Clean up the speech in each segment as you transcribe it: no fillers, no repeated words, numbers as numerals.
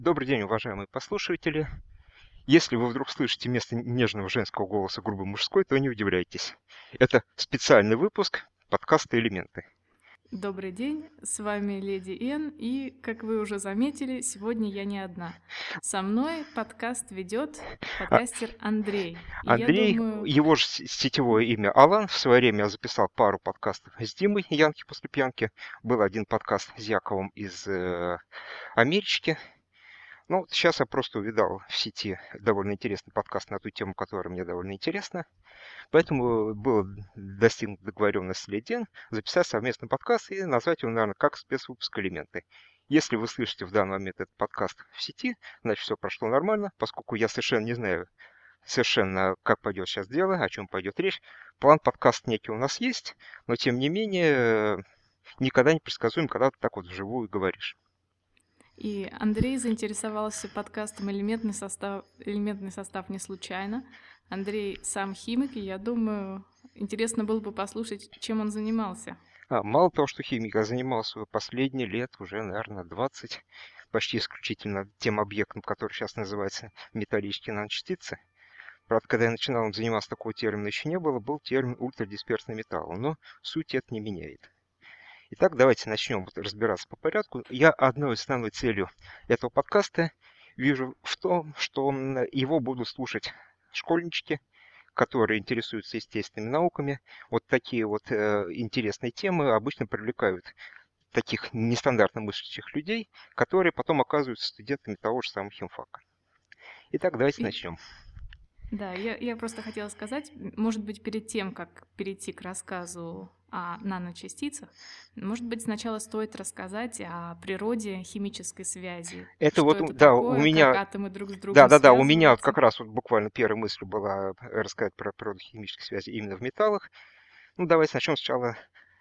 Добрый день, уважаемые послушатели. Если вы вдруг слышите вместо нежного женского голоса грубый мужской, то не удивляйтесь. Это специальный выпуск подкаста «Элементы». Добрый день, с вами Леди Н, и, как вы уже заметили, сегодня я не одна. Со мной подкаст ведет А- подкастер Андрей. И я Андрей, думаю, его же сетевое имя Алан, в свое время я записал пару подкастов с Димой Янки после пьянки. Был один подкаст с Яковом из Америки. Ну, вот сейчас я просто увидал в сети довольно интересный подкаст на ту тему, которая мне довольно интересна. Поэтому было достигнута договоренность с Леден записать совместный подкаст и назвать его, наверное, как спецвыпуск «Элементы». Если вы слышите в данный момент этот подкаст в сети, значит, все прошло нормально, поскольку я совершенно не знаю, как пойдет сейчас дело, о чем пойдет речь. План подкаста некий у нас есть, но, тем не менее, никогда не предсказуем, когда ты так вот вживую говоришь. и Андрей заинтересовался подкастом «Элементный состав» не случайно. Андрей сам химик, и я думаю, интересно было бы послушать, чем он занимался. Мало того, что химикой занимался последние лет, уже, наверное, 20, почти исключительно тем объектом, который сейчас называется металлические наночастицы. Правда, когда я начинал им заниматься, такого термина еще не было, был термин ультрадисперсный металл, но суть это не меняет. Итак, давайте начнем разбираться по порядку. Я одной основной целью этого подкаста вижу в том, что его будут слушать школьнички, которые интересуются естественными науками. Вот такие вот интересные темы обычно привлекают таких нестандартно мыслящих людей, которые потом оказываются студентами того же самого химфака. Итак, давайте И начнем. Да, я просто хотела сказать, может быть, перед тем, как перейти к рассказу о наночастицах, может быть, сначала стоит рассказать о природе химической связи. Это Что вот, это да, у такое, как меня, атомы друг с другом да, у меня вот связываются. как раз вот буквально первая мысль была рассказать про природу химических связей именно в металлах. Ну, давайте начнем сначала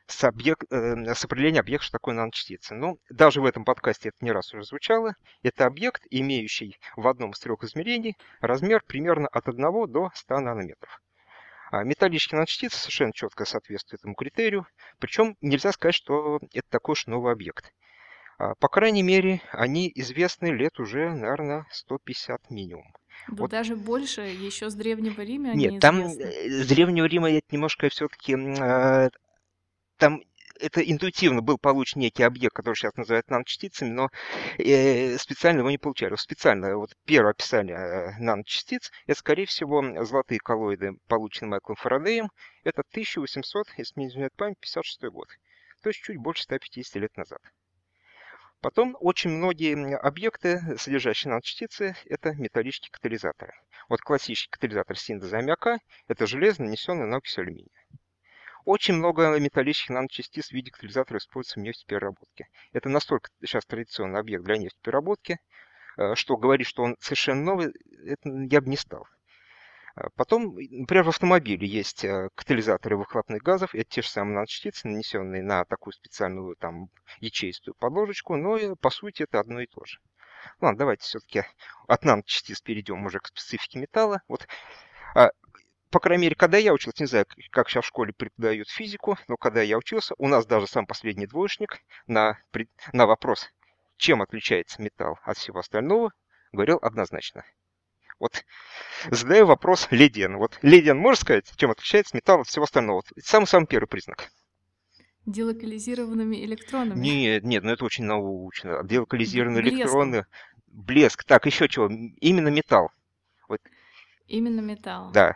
с определения объекта, что такое наночастица. Ну, даже в этом подкасте это не раз уже звучало. Это объект, имеющий в одном из трех измерений размер примерно от 1 до 100 нанометров. А металлические наночастицы совершенно четко соответствуют этому критерию. Причем нельзя сказать, что это такой уж новый объект. По крайней мере, они известны лет уже, наверное, 150 минимум. Да Вот даже больше, еще с Древнего Рима нет, они там известны. с Древнего Рима это немножко все-таки там это интуитивно был получен некий объект, который сейчас называют наночастицами, но специально его не получали. Специально вот первое описание наночастиц, это, скорее всего, золотые коллоиды, полученные Майклом Фарадеем. Это 1800, если мне не изменяет память, 56 год. То есть чуть больше 150 лет назад. Потом очень многие объекты, содержащие наночастицы, это металлические катализаторы. Вот классический катализатор синтеза аммиака – это железо, нанесенное на окись алюминия. Очень много металлических наночастиц в виде катализатора используется в нефтепереработке. Это настолько сейчас традиционный объект для нефтепереработки, что говорить, что он совершенно новый, это я бы не стал. Потом, например, в автомобиле есть катализаторы выхлопных газов. Это те же самые наночастицы, нанесенные на такую специальную там ячеистую подложечку, но по сути это одно и то же. Ладно, давайте все-таки от наночастиц перейдем уже к специфике металла. Вот, а, по крайней мере, когда я учился, не знаю, как сейчас в школе преподают физику, но когда я учился, у нас даже сам последний двоечник на вопрос, чем отличается металл от всего остального, говорил однозначно. Вот задаю вопрос Леден. Вот Леден, можешь сказать, чем отличается металл от всего остального? Вот самый-самый первый признак. Делокализированными электронами. Нет, нет, ну это очень научно. Делокализированные Блеском. электроны, блеск. Так, еще чего? Именно металл. Вот, Именно металл. да.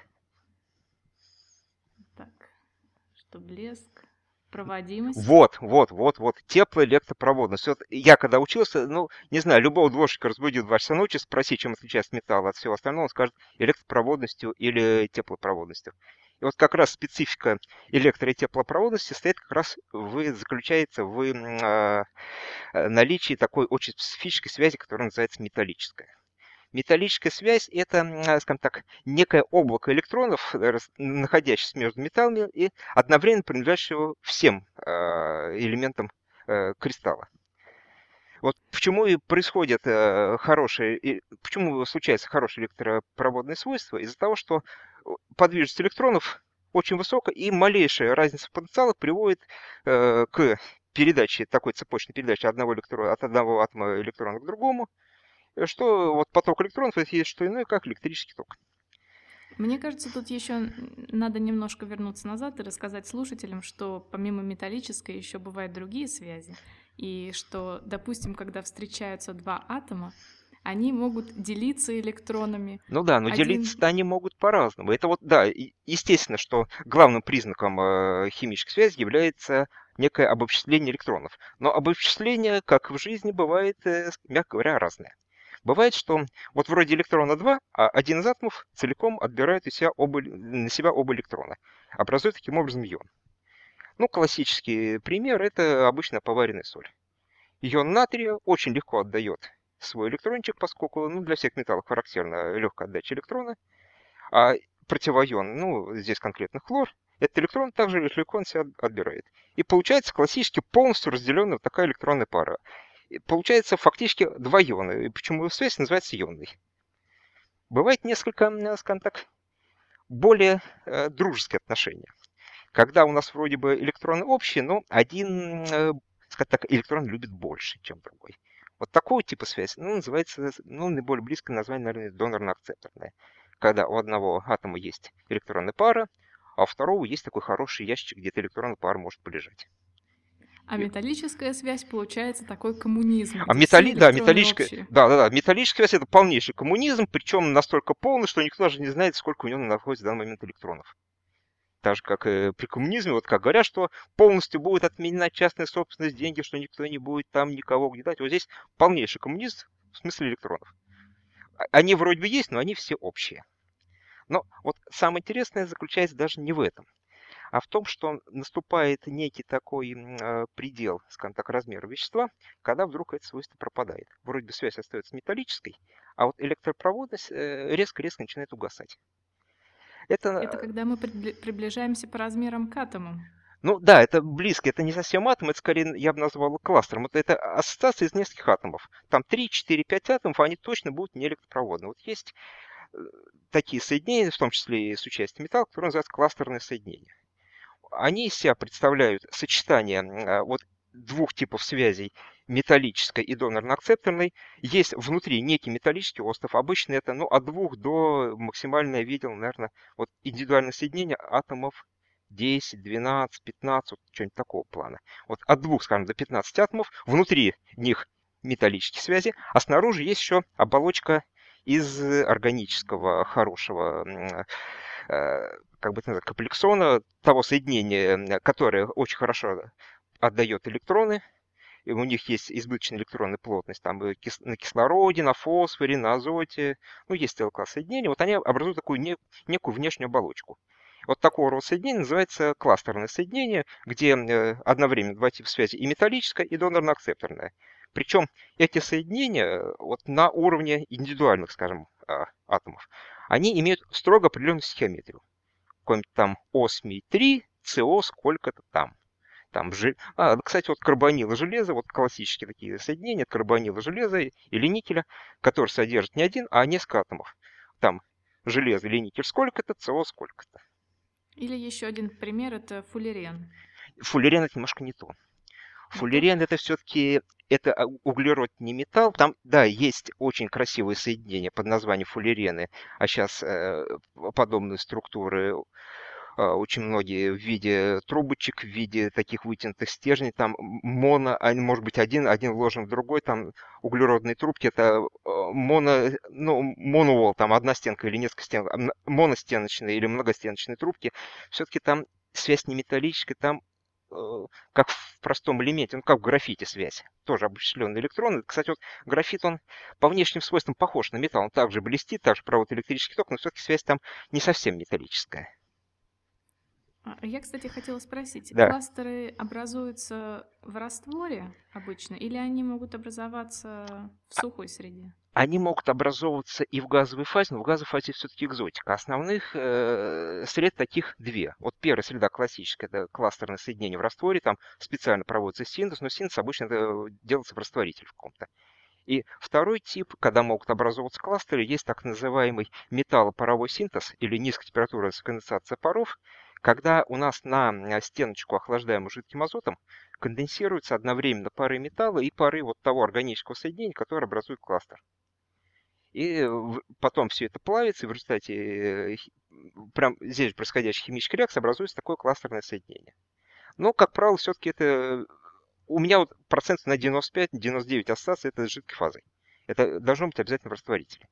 Так, что блеск, проводимость. Вот. Теплоэлектропроводность. Вот я когда учился, ну, не знаю, любого двоечника разбудил в 2 часа ночи, спроси, чем отличается металл от всего остального, он скажет электропроводностью или теплопроводностью. И вот как раз специфика электро- и теплопроводности стоит как раз заключается в наличии такой очень специфической связи, которая называется металлическая. Металлическая связь – это, скажем так, некое облако электронов, находящихся между металлами и одновременно принадлежащего всем элементам кристалла. Вот почему и происходит почему случается хорошее электропроводное свойство? Из-за того, что подвижность электронов очень высокая, и малейшая разница в потенциалах приводит к передаче, такой цепочной передачи от одного атома электрона к другому, что вот поток электронов это есть что иное, как электрический ток. Мне кажется, тут еще надо немножко вернуться назад и рассказать слушателям, что помимо металлической еще бывают другие связи, и что, допустим, когда встречаются два атома, они могут делиться электронами. Ну да, но Один... делиться-то они могут по-разному. Это вот, да, естественно, что главным признаком химической связи является некое обобщение электронов. Но обобщение, как в жизни, бывает, мягко говоря, разное. Бывает, что вот вроде электрона 2, а один из атомов целиком отбирает на себя оба электрона, образуя таким образом ион. Ну, классический пример – это обычная поваренная соль. Ион натрия очень легко отдает свой электрончик, поскольку для всех металлов характерна легкая отдача электрона, а противоион, здесь конкретно хлор, этот электрон также легко он себя отбирает. И получается классически полностью разделенная вот такая электронная пара. И получается фактически два иона, и почему связь называется ионной. Бывает несколько, скажем так, более дружеские отношения. Когда у нас вроде бы электроны общие, но один, скажем так, электрон любит больше, чем другой. Вот такого типа связи, называется, наиболее близкое название, наверное, донорно-акцепторная. Когда у одного атома есть электронная пара, а у второго есть такой хороший ящик, где эта электронная пара может полежать. А металлическая связь получается такой коммунизм, А где все электроны металлическая, общие. да, металлическая связь это полнейший коммунизм, причем настолько полный, что никто даже не знает, сколько у него находится в данный момент электронов. Так же, как и при коммунизме, вот как говорят, что полностью будет отменена частная собственность, деньги, что никто не будет там никого гнетать. Вот здесь полнейший коммунизм в смысле электронов. Они вроде бы есть, но они все общие. Но вот самое интересное заключается даже не в этом, а в том, что наступает некий такой предел, скажем так, размера вещества, когда вдруг это свойство пропадает. Вроде бы связь остается металлической, а вот электропроводность резко-резко начинает угасать. Это Это когда мы приближаемся по размерам к атомам. Ну да, это близко, это не совсем атом, это скорее я бы назвал кластером. Это ассоциация из нескольких атомов. Там 3, 4, 5 атомов, они точно будут не электропроводны. Вот есть такие соединения, в том числе и с участием металла, которые называются кластерные соединения. Они из себя представляют сочетание вот двух типов связей, металлической и донорно-акцепторной. Есть внутри некий металлический остров. Обычно это от двух до максимально я видел, наверное, вот индивидуальное соединение атомов 10, 12, 15, вот что-нибудь такого плана. Вот от двух, скажем, до 15 атомов. Внутри них металлические связи, а снаружи есть еще оболочка из органического хорошего как бы это называется, комплексона, того соединения, которое очень хорошо отдает электроны, и у них есть избыточная электронная плотность, там на кислороде, на фосфоре, на азоте, есть целый класс соединений, вот они образуют такую некую внешнюю оболочку. Вот такого рода соединение называется кластерное соединение, где одновременно два типа связи, и металлическая, и донорно-акцепторная. Причем эти соединения вот на уровне индивидуальных, скажем, атомов, они имеют строго определенную схеометрию. Какой-нибудь там осмий-3, СО сколько-то там. Кстати, вот карбонил и железо, вот классические такие соединения, карбонила железа или никеля, которые содержат не один, а несколько атомов. Там железо или никель сколько-то, СО сколько-то. Или еще один пример — это фуллерен. Фуллерен это немножко не то. Не то? Фуллерен это все-таки это углерод не металл. Там, да, есть очень красивые соединения под названием фуллерены, а сейчас подобные структуры очень многие в виде трубочек, в виде таких вытянутых стержней, там может быть один вложен в другой, там углеродные трубки, это моновол, там одна стенка или несколько стен, моностеночные или многостеночные трубки, все-таки там связь не металлическая, там как в простом элементе, как в графите связь, тоже обобщенные электроны. Кстати, вот графит, он по внешним свойствам похож на металл, он также блестит, также проводит электрический ток, но все-таки связь там не совсем металлическая. Я, кстати, хотела спросить, Да. кластеры образуются в растворе обычно, или они могут образоваться в сухой среде? Они могут образовываться и в газовой фазе, но в газовой фазе все-таки экзотика. Основных сред таких две. Вот первая среда классическая, это кластерное соединение в растворе, там специально проводится синтез, но синтез обычно это делается в растворителе в каком-то. И второй тип, когда могут образовываться кластеры, есть так называемый металлопаровой синтез или низкотемпературная конденсация паров, когда у нас на стеночку, охлаждаемую жидким азотом, конденсируются одновременно пары металла и пары вот того органического соединения, которое образует кластер. И потом все это плавится, и в результате прям здесь происходящей химической реакции образуется такое кластерное соединение. Но, как правило, все-таки это... У меня вот процент на 95-99 остаться это с жидкой фазой. Это должно быть обязательно в растворителе.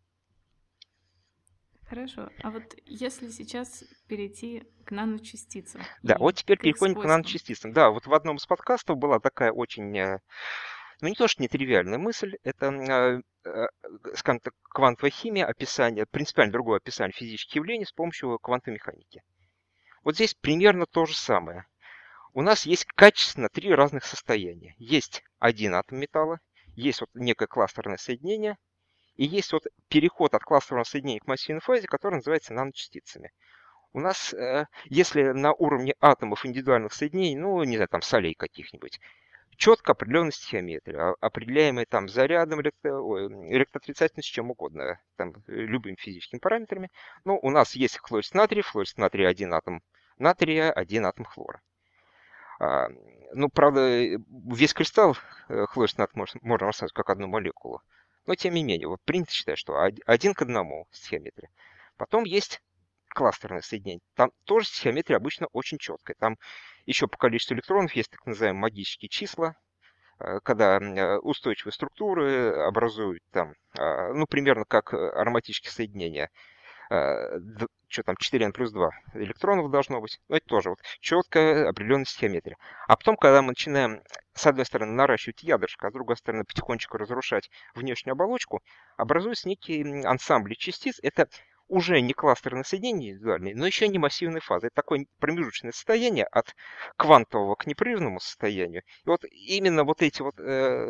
Хорошо. А вот если сейчас перейти к наночастицам Да, вот и теперь к их переходим к свойствам. наночастицам. Да, вот в одном из подкастов была такая очень, ну не то что нетривиальная мысль, это, скажем так, квантовая химия, описание, принципиально другое описание физических явлений с помощью квантовой механики. Вот здесь примерно то же самое. У нас есть качественно три разных состояния. Есть один атом металла, есть вот некое кластерное соединение, и есть вот переход от кластерного соединения к массивной фазе, который называется наночастицами. У нас, если на уровне атомов индивидуальных соединений, ну, не знаю, там солей каких-нибудь, четко определенная стихиометрия, определяемая там зарядом, электроотрицательностью, чем угодно, там, любыми физическими параметрами. Ну, у нас есть хлорист натрия один атом натрия, один атом хлора. А, ну, правда, весь кристалл хлориста можно рассматривать как одну молекулу. Но, тем не менее, вот принято считать, что один к одному стихиометрия. Потом есть кластерное соединение. Там тоже стихиометрия обычно очень четкая. Там еще по количеству электронов есть так называемые магические числа, когда устойчивые структуры образуют там, ну, примерно как ароматические соединения. Что там, 4n плюс 2 электронов должно быть. Но это тоже вот четкая определенная стихиометрия. А потом, когда мы начинаем, с одной стороны, наращивать ядрышко, а с другой стороны, потихонечку разрушать внешнюю оболочку, образуется некий ансамбль частиц. Это уже не кластерное соединение индивидуальное, но еще не массивная фаза. Это такое промежуточное состояние от квантового к непрерывному состоянию. И вот именно вот эти вот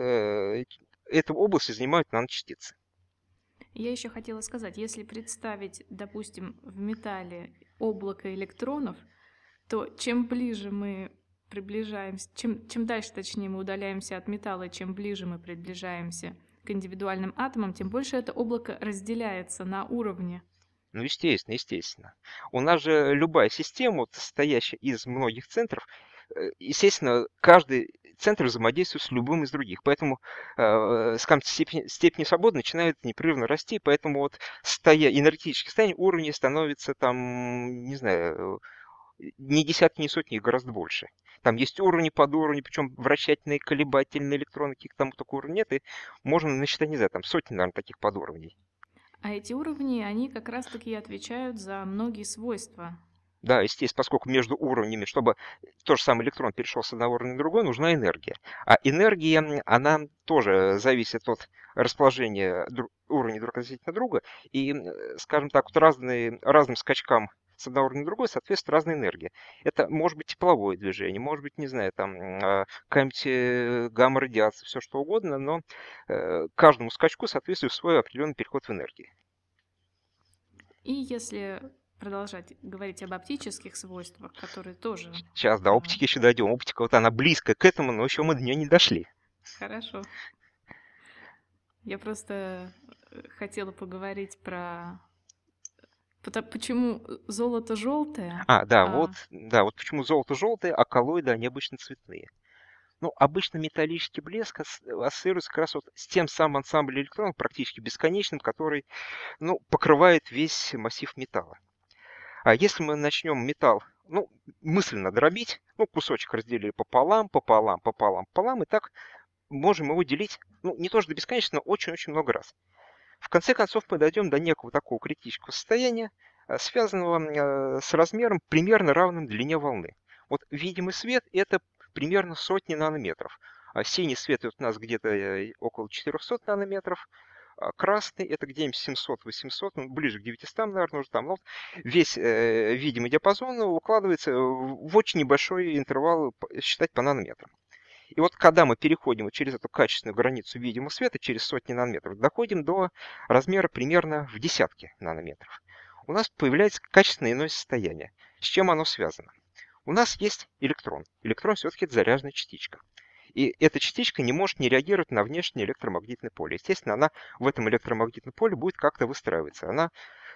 эту область занимают наночастицы. Я еще хотела сказать, если представить, допустим, в металле облако электронов, то чем ближе мы приближаемся, чем дальше, точнее, мы удаляемся от металла, чем ближе мы приближаемся к индивидуальным атомам, тем больше это облако разделяется на уровне. Ну, естественно, естественно. У нас же любая система, вот, состоящая из многих центров, естественно, каждый центр взаимодействует с любым из других. Поэтому, скажем, степень свободы начинает непрерывно расти, поэтому вот энергетические состояния, уровни становятся там, не знаю, не десятки, не сотни, их гораздо больше. Там есть уровни под уровни, причем вращательные, колебательные электроны, каких там такого уровня нет, и можно насчитать, не знаю, там сотни, наверное, таких подуровней. А эти уровни, они как раз-таки отвечают за многие свойства. Да, естественно, поскольку между уровнями, чтобы тот же самый электрон перешел с одного уровня на другой, нужна энергия. А энергия, она тоже зависит от расположения уровней друг относительно друга. И, скажем так, вот разным скачкам с одного уровня на другой соответствует разная энергия. Это может быть тепловое движение, может быть, не знаю, там какая-нибудь гамма-радиация, все что угодно, но каждому скачку соответствует свой определенный переход в энергии. И если продолжать говорить об оптических свойствах, которые тоже... Сейчас до оптики еще дойдем. Оптика вот она близко к этому, но еще мы до нее не дошли. Хорошо. Я просто хотела поговорить про почему золото желтое. Вот почему золото желтое, а коллоиды они обычно цветные. Ну, обычно металлический блеск ассоциируется как раз вот с тем самым ансамблем электронов, практически бесконечным, который, ну, покрывает весь массив металла. А если мы начнем металл, ну, мысленно дробить, ну, кусочек разделили пополам, пополам, пополам, пополам, и так можем его делить, ну, не то что до бесконечности, но очень-очень много раз. В конце концов, мы дойдем до некого такого критического состояния, связанного с размером примерно равным длине волны. Вот видимый свет — это примерно сотни нанометров. А синий свет у нас где-то около 400 нанометров, а красный — это где-нибудь 700-800, ну, ближе к 900, наверное, уже там. Но весь видимый диапазон укладывается в очень небольшой интервал, считать по нанометрам. И вот когда мы переходим через эту качественную границу видимого света, через сотни нанометров, доходим до размера примерно в десятки нанометров, у нас появляется качественно иное состояние. С чем оно связано? У нас есть электрон. Электрон все-таки это заряженная частичка. И эта частичка не может не реагировать на внешнее электромагнитное поле. Естественно, она в этом электромагнитном поле будет как-то выстраиваться. Она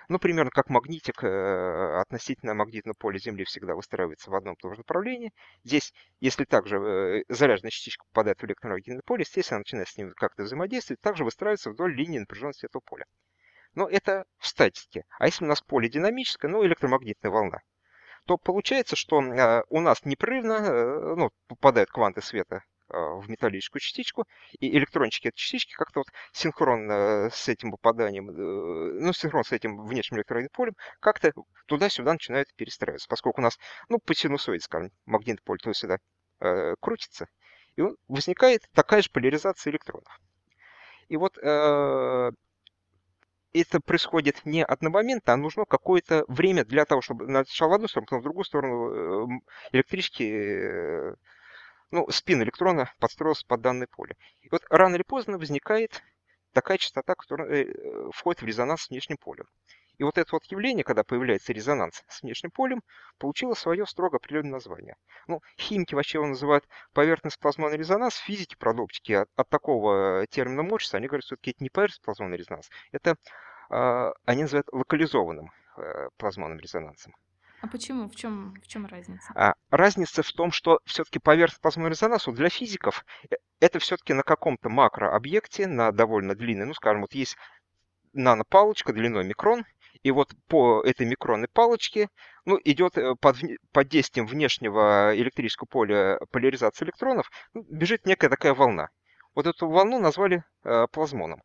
Ну, примерно как магнитик относительно магнитного поля Земли всегда выстраивается в одном и том же направлении. Здесь, если также заряженная частичка попадает в электромагнитное поле, естественно, она начинает с ним как-то взаимодействовать, также выстраивается вдоль линии напряженности этого поля. Но это в статике. А если у нас поле динамическое, ну, электромагнитная волна, то получается, что у нас непрерывно ну, попадают кванты света в металлическую частичку, и электрончики этой частички как-то вот синхронно с этим попаданием, ну, синхронно с этим внешним электромагнитным полем, как-то туда-сюда начинают перестраиваться, поскольку у нас, ну, по синусоиде, скажем, магнитное поле туда-сюда крутится, и возникает такая же поляризация электронов. И вот это происходит не одномоментно, а нужно какое-то время для того, чтобы сначала в одну сторону, потом в другую сторону электрички, ну, спин электрона подстроился под данное поле. И вот рано или поздно возникает такая частота, которая входит в резонанс с внешним полем. И вот это вот явление, когда появляется резонанс с внешним полем, получило свое строго определенное название. Ну, химики вообще его называют поверхностно-плазмонный резонанс, физики, правда, оптики от такого термина морщатся, они говорят, что все-таки это не поверхностно-плазмонный резонанс, это они называют локализованным плазмонным резонансом. А почему? В чем разница? Разница в том, что все-таки поверхностно-плазмонный резонанс вот для физиков это все-таки на каком-то макрообъекте, на довольно длинной, ну, скажем, вот есть нанопалочка длиной микрон, и вот по этой микронной палочке ну, идет под действием внешнего электрического поля поляризации электронов, ну, бежит некая такая волна. Вот эту волну назвали плазмоном.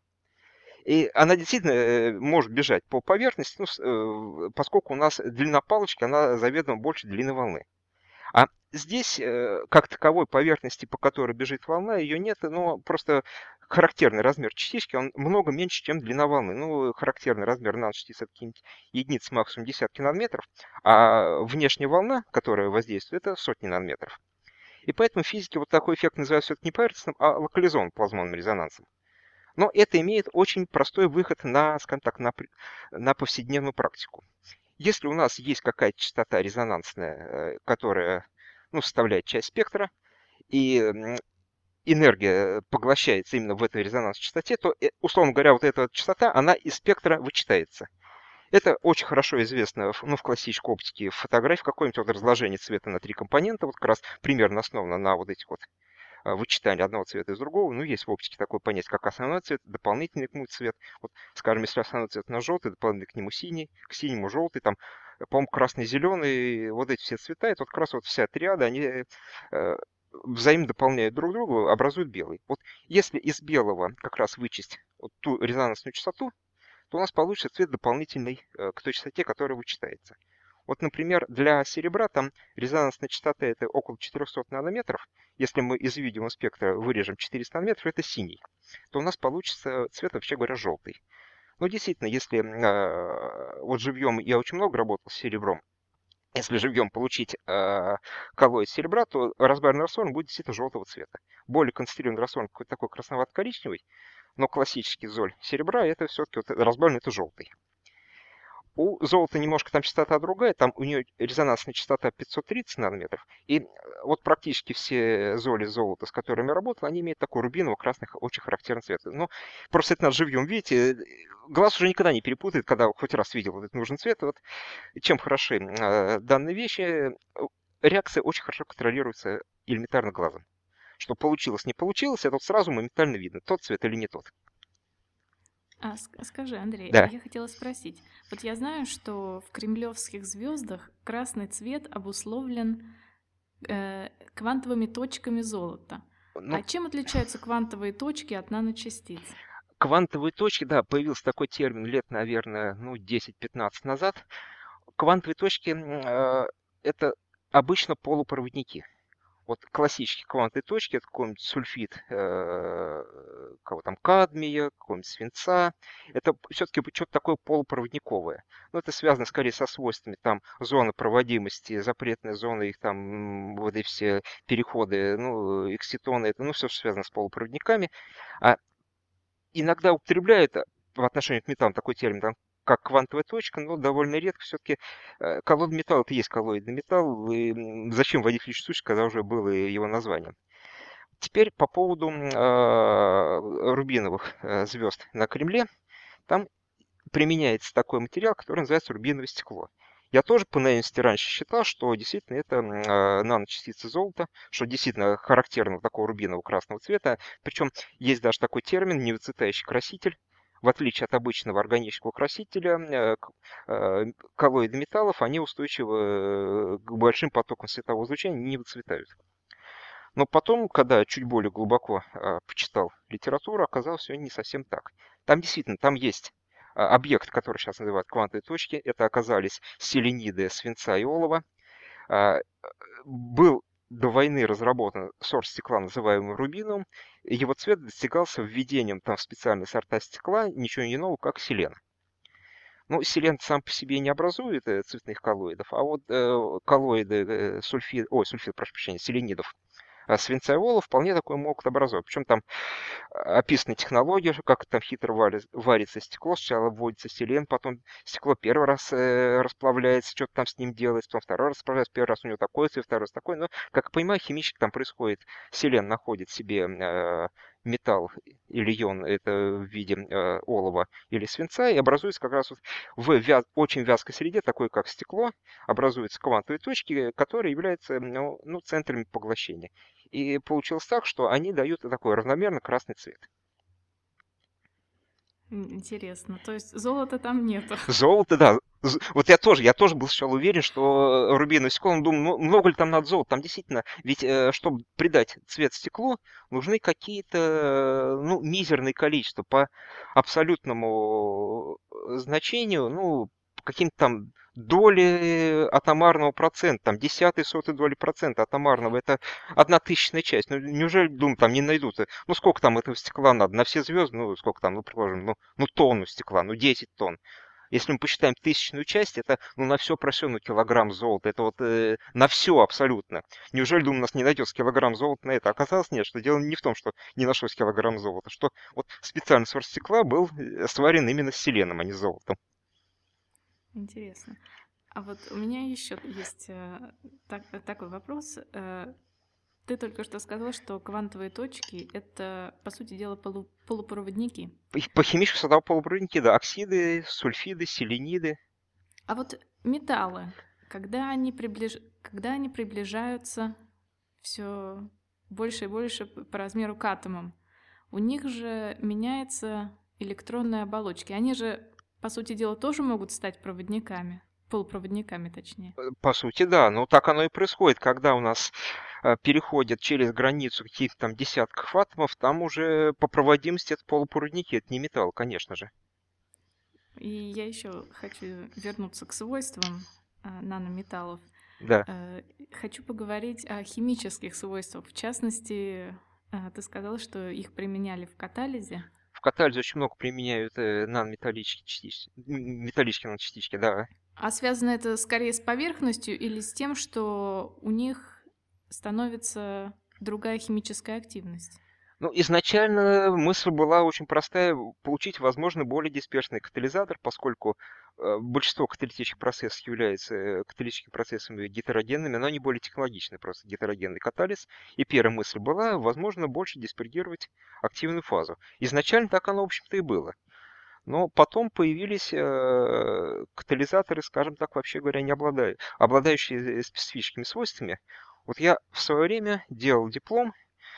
И она действительно может бежать по поверхности, ну, поскольку у нас длина палочки, она заведомо больше длины волны. А здесь, как таковой поверхности, по которой бежит волна, ее нет, но просто характерный размер частички, он много меньше, чем длина волны. Ну, характерный размер наночастиц это какие-нибудь единицы, максимум десятки нанометров, а внешняя волна, которая воздействует, это сотни нанометров. И поэтому физики вот такой эффект называют все-таки не поверхностным, а локализованным плазмонным резонансом. Но это имеет очень простой выход на, скажем так, на повседневную практику. Если у нас есть какая-то частота резонансная, которая ну, составляет часть спектра, и энергия поглощается именно в этой резонансной частоте, то, условно говоря, вот эта частота, она из спектра вычитается. Это очень хорошо известно ну, в классической оптике, в фотографии, какое-нибудь вот разложение цвета на три компонента, вот как раз примерно основано на вот этих вот вычитание одного цвета из другого. Ну, есть в оптике такое понятие, как основной цвет, дополнительный к нему цвет. Вот, скажем, если основной цвет на желтый, дополнительный к нему синий, к синему желтый, там, по-моему, красный, зеленый, вот эти все цвета, это вот как раз вот вся триада, они взаимно дополняют друг друга, образуют белый. Вот если из белого как раз вычесть вот ту резонансную частоту, то у нас получится цвет дополнительный к той частоте, которая вычитается. Вот, например, для серебра там резонансная частота это около 400 нанометров. Если мы из видимого спектра вырежем 400 нанометров, это синий. То у нас получится цвет, вообще говоря, желтый. Но действительно, если вот живьем я очень много работал с серебром, если живьем получить коллоид серебра, то разбавленный раствор будет действительно желтого цвета. Более концентрированный раствор какой-то такой красновато-коричневый, но классический золь серебра это все-таки вот, разбавленный это желтый. У золота немножко там частота другая, там у нее резонансная частота 530 нанометров. И вот практически все золи золота, с которыми я работал, они имеют такой рубиново-красный, очень характерный цвет. Но просто это надо живьем видеть. Глаз уже никогда не перепутает, когда хоть раз видел вот этот нужный цвет. Вот чем хороши данные вещи, реакция очень хорошо контролируется элементарно глазом. Что получилось, не получилось, это вот сразу моментально видно, тот цвет или не тот. Скажи, Андрей, а Да. я хотела спросить. Вот я знаю, что в кремлевских звездах красный цвет обусловлен квантовыми точками золота. Ну, А чем отличаются квантовые точки от наночастиц? квантовые точки, да, появился такой термин лет, наверное, ну, 10-15 назад. Квантовые точки это обычно полупроводники. Вот классические квантовые точки, это какой-нибудь сульфид кого там, кадмия, какого-нибудь свинца. Это все-таки что-то такое полупроводниковое. Но это связано скорее со свойствами там зоны проводимости, запретные зоны, их там вот эти все переходы, ну, экситоны, это ну, все, что связано с полупроводниками. А иногда употребляют в отношении к металлам такой термин, там, как квантовая точка, но довольно редко. Все-таки коллоидный металл это и есть коллоидный металл. И зачем вводить лишнюю сущность, когда уже было его название? Теперь по поводу рубиновых звезд на Кремле. Там применяется такой материал, который называется рубиновое стекло. Я тоже по наивности раньше считал, что действительно это наночастицы золота, что действительно характерно такого рубинового красного цвета. Причем есть даже такой термин невыцветающий краситель. В отличие от обычного органического красителя, коллоиды металлов, они устойчивы к большим потокам светового излучения, не выцветают. Но потом, когда чуть более глубоко почитал литературу, оказалось все не совсем так. Там действительно, там есть объект, который сейчас называют квантовые точки. Это оказались селениды свинца и олова. А, Был до войны разработан сорт стекла, называемый рубиновым. Его цвет достигался введением там в специальные сорта стекла ничего иного, как селен. Ну, селен сам по себе не образует цветных коллоидов, а вот коллоиды прошу прощения, селенидов свинца и олова вполне такое могут образовать. Причем там описаны технологии, как там хитро варится стекло. Сначала вводится селен, потом стекло первый раз расплавляется, что-то там с ним делается, потом второй раз расплавляется, первый раз у него такой цвет, второй раз такой. Но, как я понимаю, химически там происходит, селен находит себе металл или ион, это в виде олова или свинца, и образуется как раз вот в очень вязкой среде, такой как стекло, образуются квантовые точки, которые являются центрами поглощения. И получилось так, что они дают такой равномерно красный цвет. Интересно. То есть золота там нету. Золото, да. Вот я тоже был сначала уверен, что рубиновое стекло, ну, думаю, много ли там надо золота? Там действительно, ведь чтобы придать цвет стеклу, нужны какие-то, мизерные количества по абсолютному значению, каким-то там доли атомарного процента, там десятые, сотые доли процента атомарного, это 1/1000 часть. Ну, неужели, думаю, там не найдут? Ну, сколько там этого стекла надо? На все звезды, сколько там, предположим, тонну стекла, 10 тонн. Если мы посчитаем 1000-ную часть, это на все про все, килограмм золота. Это вот на все абсолютно. Неужели, думаю, у нас не найдется килограмм золота на это? Оказалось, нет, что дело не в том, что не нашлось килограмм золота, что вот специальный сорт стекла был сварен именно с селеном, а не с золотом. Интересно. А вот у меня еще есть такой вопрос. Ты только что сказала, что квантовые точки — это, по сути дела, полупроводники. По химическому составу полупроводники, да, оксиды, сульфиды, селениды. А вот металлы, когда они приближаются все больше и больше по размеру к атомам, у них же меняется электронная оболочка. Они же, по сути дела, тоже могут стать проводниками, полупроводниками точнее. По сути, да. Но так оно и происходит, когда у нас переходят через границу каких-то там десятков атомов, там уже по проводимости это полупроводники, это не металл, конечно же. И я еще хочу вернуться к свойствам нанометаллов. Да. Хочу поговорить о химических свойствах. В частности, ты сказала, что их применяли в катализе. В катализе очень много применяют нанометаллические частички, металлические наночастички, да. А связано это скорее с поверхностью или с тем, что у них становится другая химическая активность? Ну, изначально мысль была очень простая — получить, возможно, более дисперсный катализатор, поскольку большинство каталитических процессов являются каталитическими процессами гетерогенными, но они более технологичны, просто гетерогенный катализ. И первая мысль была, возможно, больше диспергировать активную фазу. Изначально так оно, в общем-то, и было. Но потом появились катализаторы, скажем так, вообще говоря, не обладающие специфическими свойствами. Вот я в свое время делал диплом.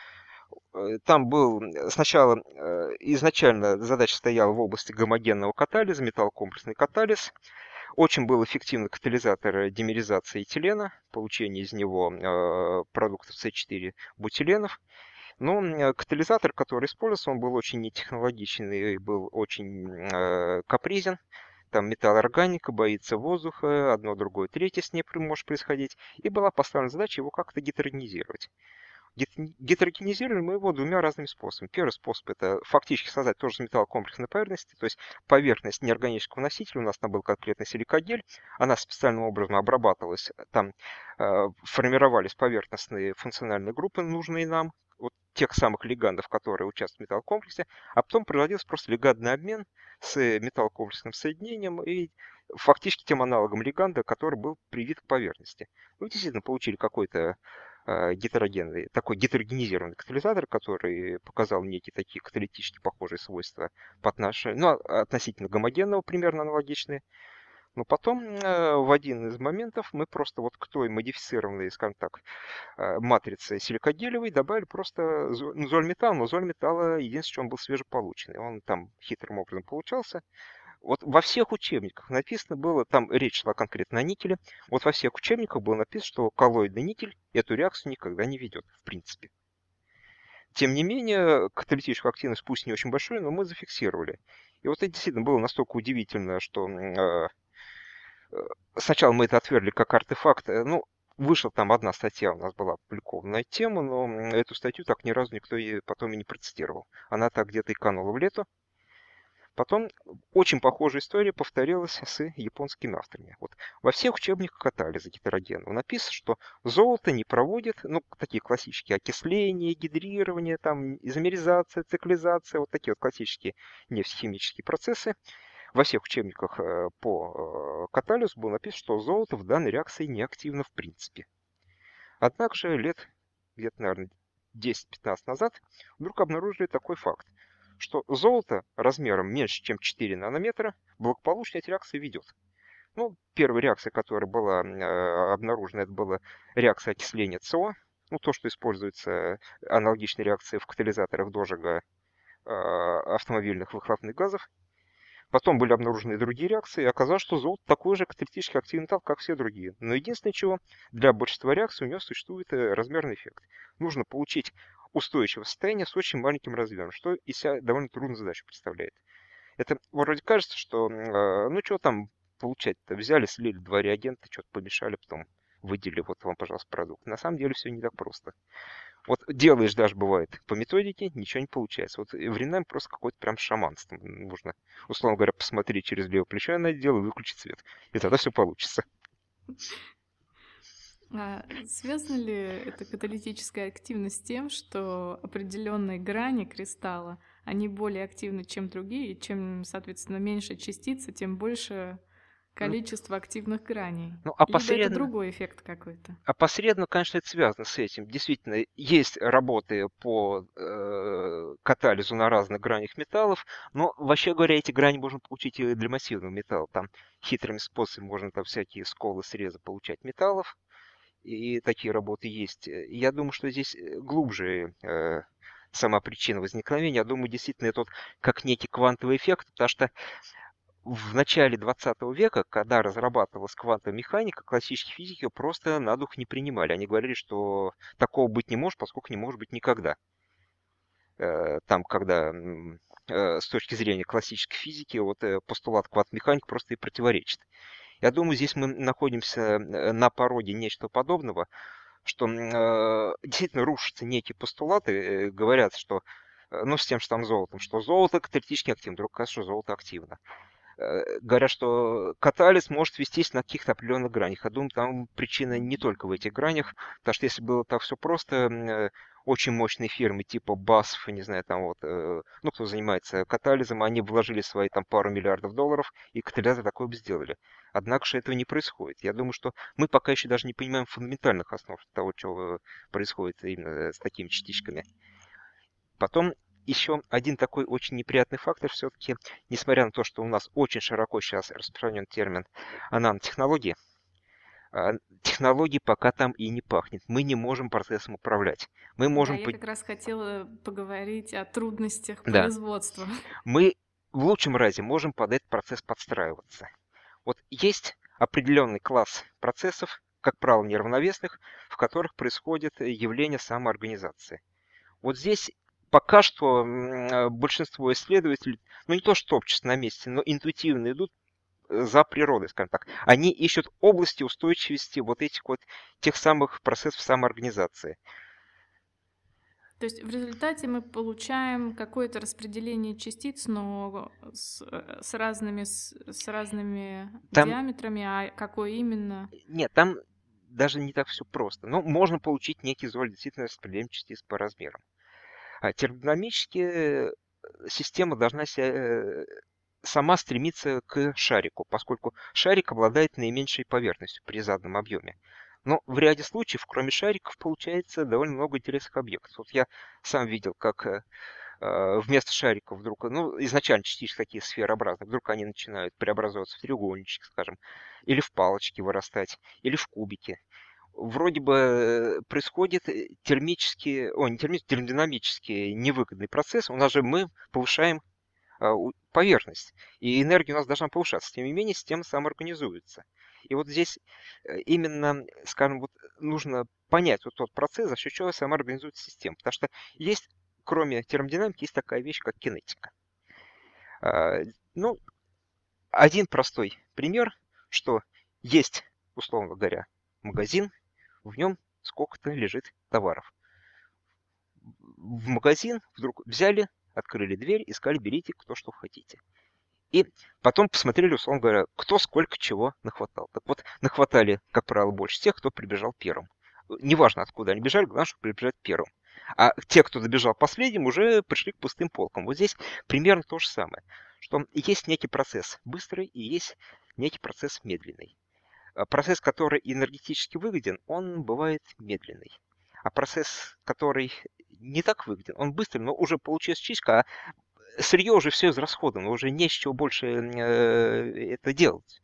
Там был сначала изначально задача стояла в области гомогенного катализа, металлокомплексный катализ. Очень был эффективный катализатор димеризации этилена, получение из него продуктов С4 бутиленов. Но катализатор, который использовался, он был очень нетехнологичный и был очень капризен. Там металлоорганика, боится воздуха, одно, другое, третье с ней может происходить. И была поставлена задача его как-то гетерогенизировать. Гетерогенизируем мы его двумя разными способами. Первый способ — это фактически создать тоже металлокомплексной поверхности, то есть поверхность неорганического носителя, у нас там был конкретно силикагель, она специальным образом обрабатывалась, там формировались поверхностные функциональные группы, нужные нам, вот тех самых лигандов, которые участвуют в металлокомплексе, а потом проводился просто лигандный обмен с металлокомплексным соединением и фактически тем аналогом лиганда, который был привит к поверхности. Мы действительно получили какой-то гетерогенный, такой гетерогенизированный катализатор, который показал некие такие каталитически похожие свойства по отношению, ну, относительно гомогенного, примерно аналогичные. Но потом в один из моментов мы просто вот к той модифицированной, скажем так, матрице силикагелевой добавили просто золь-металл, но золь металла единственное, что он был свежеполученный. Он там хитрым образом получался. Вот во всех учебниках написано было, там речь шла конкретно о никеле, вот во всех учебниках было написано, что коллоидный никель эту реакцию никогда не ведет, в принципе. Тем не менее, каталитическую активность, пусть не очень большую, но мы зафиксировали. И вот это действительно было настолько удивительно, что сначала мы это отвергли как артефакт. Ну, вышла там одна статья у нас была опубликована на эту тему, но эту статью так ни разу никто потом и не процитировал. Она так где-то и канула в лету. Потом очень похожая история повторилась с японскими авторами. Вот во всех учебниках катализа гетерогенного написано, что золото не проводит, ну, такие классические окисления, гидрирование, там, изомеризация, циклизация, вот такие вот классические нефтехимические процессы. Во всех учебниках по катализу было написано, что золото в данной реакции не активно в принципе. Однако же лет где-то, наверное, 10-15 назад вдруг обнаружили такой факт, что золото размером меньше, чем 4 нанометра, благополучно эти реакции ведет. Ну, первая реакция, которая была обнаружена, это была реакция окисления СО, ну, то, что используется аналогичной реакцией в катализаторах дожига автомобильных выхлопных газов. Потом были обнаружены и другие реакции, и оказалось, что золото такой же каталитически активный металл, как все другие. Но единственное, чего для большинства реакций у него существует размерный эффект. Нужно получить устойчивое состояние с очень маленьким размером, что из себя довольно трудную задачу представляет. Это вроде кажется, что ну что там получать-то? Взяли, слили два реагента, что-то помешали, потом выделили, вот вам, пожалуйста, продукт. На самом деле все не так просто. Вот делаешь даже, бывает, по методике, ничего не получается. Вот временами просто какое-то прям шаманство. Нужно, условно говоря, посмотреть через левое плечо на это дело и выключить свет. И тогда все получится. А связана ли эта каталитическая активность с тем, что определенные грани кристалла, они более активны, чем другие, и чем, соответственно, меньше частицы, тем больше количество активных граней? Ну, Либо это другой эффект какой-то? опосредованно, конечно, это связано с этим. Действительно, есть работы по катализу на разных гранях металлов, но, вообще говоря, эти грани можно получить и для массивного металла. Там хитрыми способами можно там всякие сколы, срезы получать металлов, и такие работы есть. Я думаю, что здесь глубже сама причина возникновения. Я думаю, действительно, это вот как некий квантовый эффект, потому что в начале 20 века, когда разрабатывалась квантовая механика, классические физики ее просто на дух не принимали. Они говорили, что такого быть не может, поскольку не может быть никогда. Там, когда с точки зрения классической физики, вот постулат квантовой механики просто и противоречит. Я думаю, здесь мы находимся на пороге нечто подобного, что действительно рушатся некие постулаты, говорят, что, ну, с тем же там золотом, что золото каталитически активно, вдруг кажется, что золото активно. Говорят, что катализ может вестись на каких-то определенных гранях. Я думаю, там причина не только в этих гранях, потому что если было так все просто, очень мощные фирмы типа BASF, не знаю, там вот, ну, кто занимается катализом, они вложили свои там пару миллиардов долларов, и катализатор такой бы сделали. Однако же этого не происходит. Я думаю, что мы пока еще даже не понимаем фундаментальных основ того, что происходит именно с такими частичками. Потом еще один такой очень неприятный фактор все-таки, несмотря на то, что у нас очень широко сейчас распространен термин нанотехнологии, технологии пока там и не пахнет. Мы не можем процессом управлять. Мы Да, можем... я как раз хотела поговорить о трудностях Да. производства. Мы в лучшем разе можем под этот процесс подстраиваться. Вот есть определенный класс процессов, как правило, неравновесных, в которых происходит явление самоорганизации. Вот здесь пока что большинство исследователей, ну не то что топчутся на месте, но интуитивно идут за природой, скажем так. Они ищут области устойчивости вот этих вот тех самых процессов самоорганизации. То есть в результате мы получаем какое-то распределение частиц, но с разными Там, диаметрами, а какое именно? нет, там даже не так все просто. Но можно получить некий золь, действительно распределение частиц по размерам. Термодинамически система должна сама стремиться к шарику, поскольку шарик обладает наименьшей поверхностью при заданном объеме. Но в ряде случаев, кроме шариков, получается довольно много интересных объектов. Вот я сам видел, как вместо шариков вдруг, ну, изначально частички такие сферообразные, вдруг они начинают преобразовываться в треугольнички, скажем, или в палочки вырастать, или в кубики. Вроде бы происходит термический, о, не термический, термодинамический невыгодный процесс. У нас же мы повышаем поверхность, и энергия у нас должна повышаться. Тем не менее, система самоорганизуется. И вот здесь именно, скажем, вот нужно понять вот тот процесс, за счет чего самоорганизуется система. Потому что есть, кроме термодинамики, есть такая вещь, как кинетика. Ну, один простой пример, что есть, условно говоря, магазин, в нем сколько-то лежит товаров. В магазин вдруг взяли, открыли дверь и сказали, берите кто что хотите. И потом посмотрели, условно говоря, кто сколько чего нахватал. Так вот, нахватали, как правило, больше тех, кто прибежал первым. Неважно, откуда они бежали, главное, чтобы прибежать первым. А те, кто добежал последним, уже пришли к пустым полкам. Вот здесь примерно то же самое. Что есть некий процесс быстрый и есть некий процесс медленный. Процесс, который энергетически выгоден, он бывает медленный. А процесс, который не так выгоден, он быстрый, но уже получилась чистка, а сырье уже все израсходовано, уже не с чего больше это делать.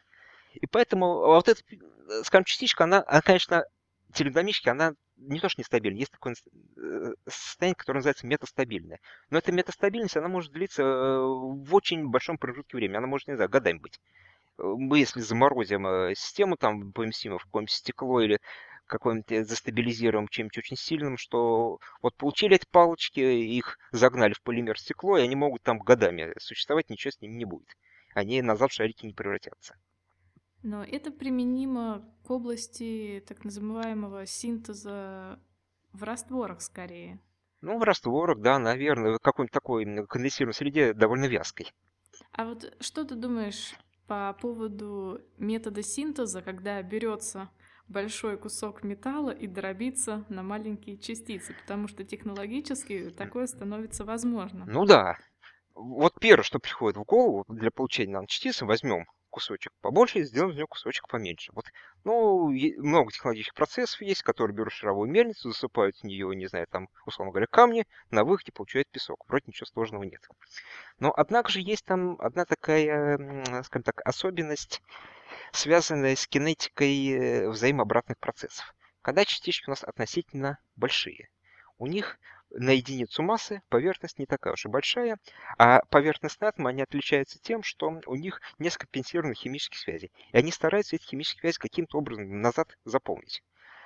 И поэтому вот эта, скажем, частичка, она конечно, термодинамически, она не то что нестабильна, есть такое состояние, которое называется метастабильное. Но эта метастабильность, она может длиться в очень большом промежутке времени, она может, не знаю, годами быть. Мы, если заморозим систему, там, поместим в какое-нибудь стекло или какое-нибудь застабилизируем чем-нибудь очень сильным, что вот получили эти палочки, их загнали в полимер стекло, и они могут там годами существовать, ничего с ними не будет. Они назад в шарики не превратятся. Но это применимо к области так называемого синтеза в растворах скорее. Ну, в растворах, да, наверное, в какой-нибудь такой конденсированной среде довольно вязкой. А вот что ты думаешь по поводу метода синтеза, когда берется большой кусок металла и дробится на маленькие частицы, потому что технологически такое становится возможным. Ну да. Вот первое, что приходит в голову для получения наночастицы, возьмем кусочек побольше и сделаем из него кусочек поменьше. Вот, ну, много технологических процессов есть, которые берут шаровую мельницу, засыпают в нее, не знаю, там, условно говоря, камни, на выходе получают песок. Вроде ничего сложного нет. Но, однако же, есть там одна такая, скажем так, особенность, связанная с кинетикой взаимообратных процессов. Когда частички у нас относительно большие, у них на единицу массы поверхность не такая уж и большая, а поверхностные атомы, они отличаются тем, что у них не скомпенсированы химические связи. И они стараются эти химические связи каким-то образом назад заполнить.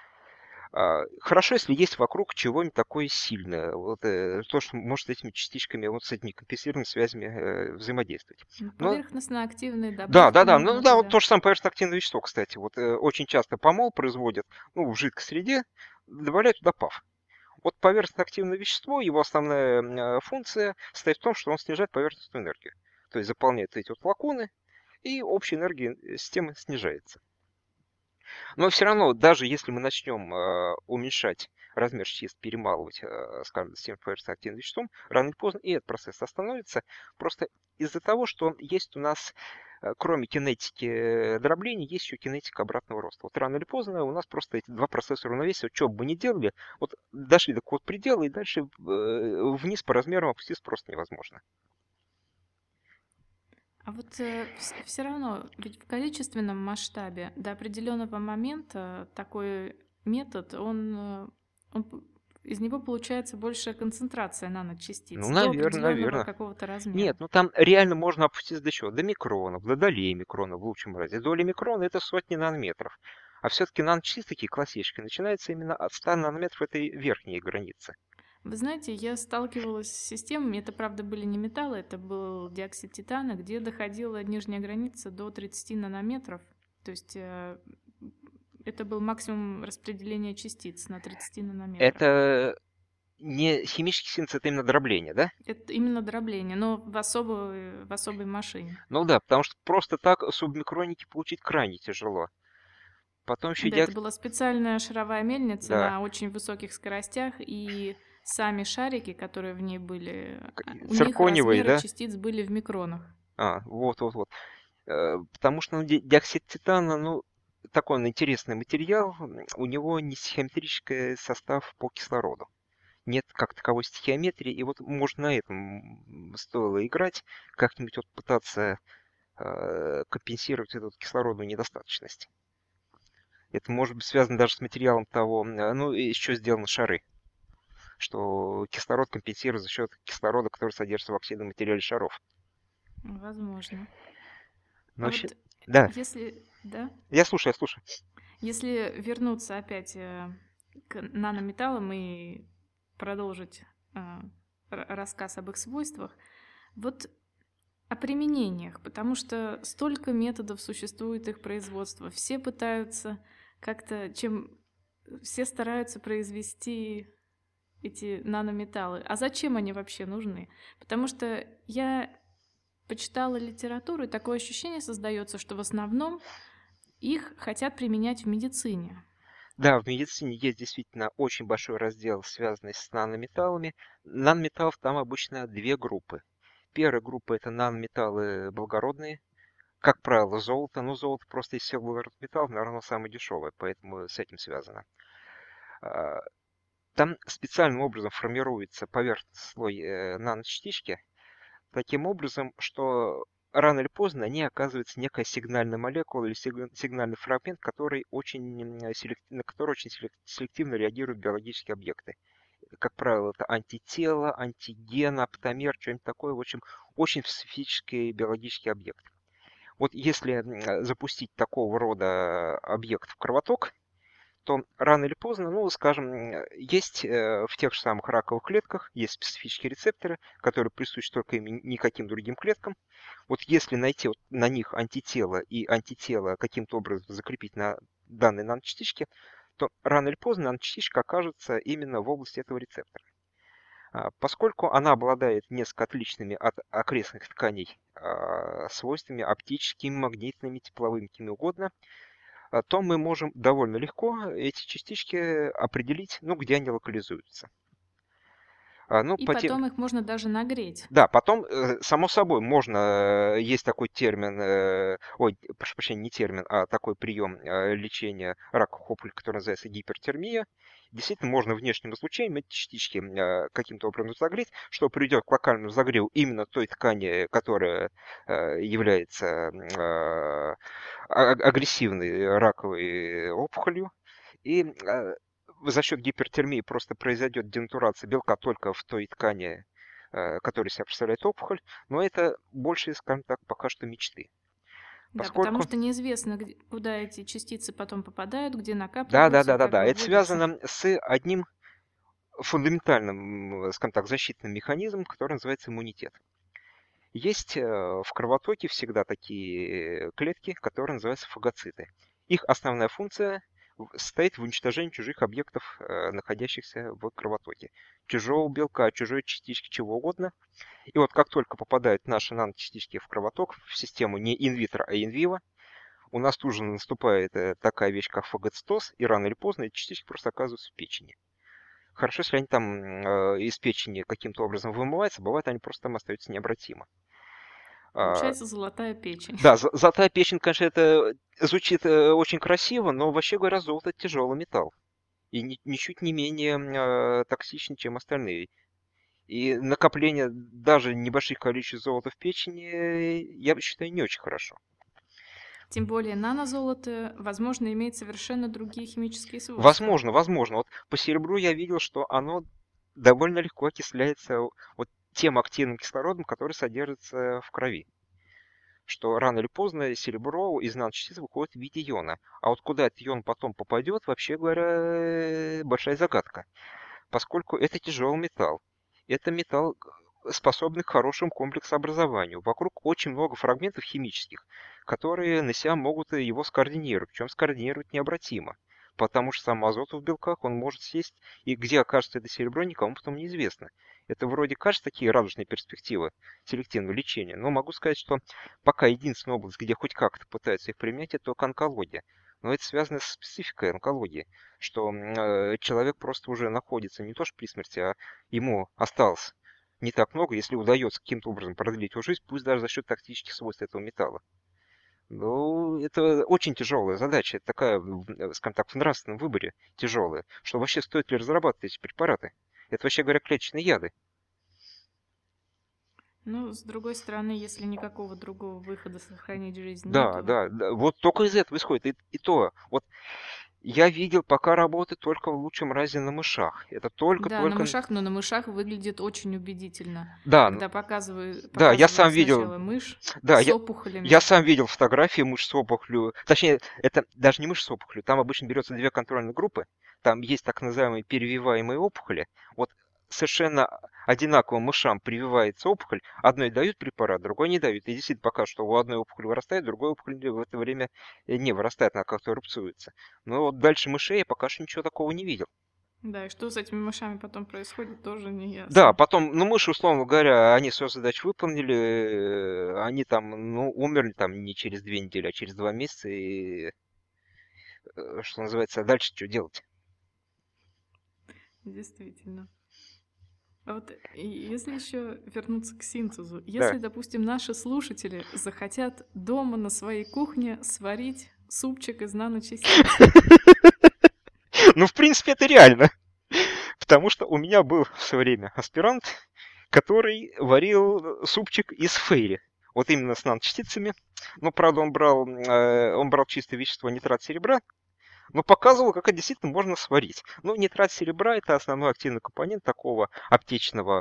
Хорошо, если есть вокруг чего-нибудь такое сильное, вот, то, что может с этими частичками, вот с этими компенсированными связями взаимодействовать. Но Поверхностно-активные да, добавки да, да. Ну можно да, вот туда. то же самое поверхностно-активное вещество, кстати. Вот очень часто помол производят, ну, в жидкой среде, добавляют туда ПАВ. Вот поверхностно-активное вещество, его основная функция состоит в том, что он снижает поверхностную энергию. То есть заполняет эти вот лакуны, и общая энергия системы снижается. Но все равно, даже если мы начнем уменьшать размер частиц, перемалывать, скажем, с тем поверхностно активным веществом, рано или поздно и этот процесс остановится. Просто из-за того, что есть у нас, кроме кинетики дробления, есть еще кинетика обратного роста. Вот рано или поздно у нас просто эти два процесса равновесия, вот что бы мы ни делали, вот дошли до какого-то предела, и дальше вниз по размерам опуститься просто невозможно. А вот все равно, ведь в количественном масштабе до определенного момента такой метод, из него получается большая концентрация Ну, наночастиц до наверное, определенного наверное. какого-то размера. Нет, ну там реально можно опуститься до чего? До микронов, до долей микронов в лучшем разе. Доли микрона это сотни нанометров. А все-таки наночастицы такие классические начинаются именно от 100 нанометров этой верхней границы. Вы знаете, я сталкивалась с системами, это, правда, были не металлы, это был диоксид титана, где доходила нижняя граница до 30 нанометров. То есть это был максимум распределения частиц на 30 нанометрах. Это не химический синтез, это именно дробление, да? Это именно дробление, но в особой машине. Ну да, потому что просто так субмикроники получить крайне тяжело. Потом еще Да, это была специальная шаровая мельница Да. на очень высоких скоростях, и сами шарики, которые в ней были, у них Циркониевые, размеры да? частиц были в микронах. Вот. Потому что диоксид титана, ну, такой он интересный материал, у него не схеометрический состав по кислороду. Нет как таковой стихиометрии, и вот можно на этом стоило играть, как-нибудь вот пытаться компенсировать эту вот кислородную недостаточность. Это может быть связано даже с материалом того, ну, и еще сделаны шары, что кислород компенсирует за счет кислорода, который содержится в оксидном материале шаров. Возможно. Но А вообще, вот да, если, да, я слушаю, я слушаю. если вернуться опять к нанометаллам и продолжить рассказ об их свойствах, вот о применениях, потому что столько методов существует их производства. Все пытаются как-то, все стараются произвести эти нанометаллы. А зачем они вообще нужны? Потому что я почитала литературу, и такое ощущение создается, что в основном их хотят применять в медицине. Да, в медицине есть действительно очень большой раздел, связанный с нанометаллами. Нанометаллов там обычно две группы. Первая группа — это нанометаллы благородные, как правило, золото. Но золото просто из всех благородных металлов, наверное, самое дешевое, поэтому с этим связано. А, Там специальным образом формируется поверхностный слой наночастички, таким образом, что рано или поздно они оказываются некая сигнальная молекула или сигнальный фрагмент, на который очень селективно реагируют биологические объекты. Как правило, это антитело, антиген, аптомер, что-нибудь такое, в общем, очень специфический биологический объект. Вот если запустить такого рода объект в кровоток, то рано или поздно, ну, скажем, есть в тех же самых раковых клетках, есть специфические рецепторы, которые присущи только им, никаким другим клеткам. Вот если найти вот на них антитело и антитело каким-то образом закрепить на данной наночастичке, то рано или поздно наночастичка окажется именно в области этого рецептора. Поскольку она обладает несколько отличными от окрестных тканей свойствами оптическими, магнитными, тепловыми, какими угодно, то мы можем довольно легко эти частички определить, ну, где они локализуются. Ну, И потом их можно даже нагреть. Да, потом, само собой, можно, есть такой термин, ой, прошу прощения, не термин, а такой прием лечения раковых опухолей, который называется гипертермия. Действительно, можно внешним излучением эти частички каким-то образом разогреть, что приведет к локальному разогреву именно той ткани, которая является агрессивной раковой опухолью. И за счет гипертермии просто произойдет денатурация белка только в той ткани, которая себя представляет опухоль, но это больше, скажем так, пока что мечты. Да, потому Поскольку, что неизвестно, куда эти частицы потом попадают, где да, да, накапливаются да, и да, как да, это выводятся. связано с одним фундаментальным, скажем так, защитным механизмом, который называется иммунитет. Есть в кровотоке всегда такие клетки, которые называются фагоциты. Их основная функция состоит в уничтожении чужих объектов, находящихся в кровотоке. Чужого белка, чужой частички, чего угодно. И вот как только попадают наши наночастички в кровоток, в систему не инвитро, а инвиво, у нас тут же наступает такая вещь, как фагоцитоз, и рано или поздно эти частички просто оказываются в печени. Хорошо, если они там из печени каким-то образом вымываются, бывает, они просто там остаются необратимо. А, Получается золотая печень. Да, золотая печень, конечно, это звучит очень красиво, но вообще говоря, золото — это тяжелый металл. И ничуть не менее токсичен, чем остальные. И накопление даже небольших количеств золота в печени, я считаю, не очень хорошо. Тем более нанозолото, возможно, имеет совершенно другие химические свойства. Возможно, возможно. Вот по серебру я видел, что оно довольно легко окисляется вот тем активным кислородом, который содержится в крови. Что рано или поздно серебро из наночастиц выходит в виде иона. А вот куда этот ион потом попадет, вообще говоря, большая загадка. Поскольку это тяжелый металл. Это металл, способный к хорошему комплексообразованию. Вокруг очень много фрагментов химических, которые на себя могут его скоординировать, причем скоординировать необратимо. Потому что сам азот в белках он может сесть, и где окажется это серебро, никому потом неизвестно. Это вроде кажется такие радужные перспективы селективного лечения, но могу сказать, что пока единственная область, где хоть как-то пытаются их применять, это только онкология. Но это связано с спецификой онкологии, что человек просто уже находится не то что при смерти, а ему осталось не так много, если удается каким-то образом продлить его жизнь, пусть даже за счет токсических свойств этого металла. Ну, это очень тяжелая задача. Это такая, скажем так, в нравственном выборе тяжелая. Что вообще стоит ли разрабатывать эти препараты? Это, вообще говоря, клеточные яды. Ну, с другой стороны, если никакого другого выхода сохранить жизнь Да, нету, да, да. Вот только из этого исходит. И то, вот я видел пока работы только в лучшем разе на мышах. Это да, на только... мышах, но на мышах выглядит очень убедительно, Да, когда показывают, да, я показывают сам видел, сначала мышь да, с я опухолями. сам видел фотографии мышц с опухолью. Точнее, это даже не мышц с опухолью. Там обычно берется две контрольные группы. Там есть так называемые перевиваемые опухоли. Вот совершенно одинаковым мышам прививается опухоль. Одной дают препарат, другой не дают. И действительно пока что у одной опухоли вырастает, другой опухоль в это время не вырастает, она как-то рубцуется. Но вот дальше мышей я пока что ничего такого не видел. Да, и что с этими мышами потом происходит, тоже не Да, ясно. потом, ну, мыши, условно говоря, они свою задачу выполнили, они там, ну, умерли там не через 2 недели, а через 2 месяца, и, что называется, а дальше что делать? Действительно. А вот если еще вернуться к синтезу, Да. если, допустим, наши слушатели захотят дома на своей кухне сварить супчик из наночастиц. Ну, в принципе, это реально, потому что у меня был в свое время аспирант, который варил супчик из фейри. Вот именно с наночастицами. Ну, правда, он брал чистое вещество нитрат серебра, но показывал, как это действительно можно сварить. Ну, нитрат серебра — это основной активный компонент такого аптечного,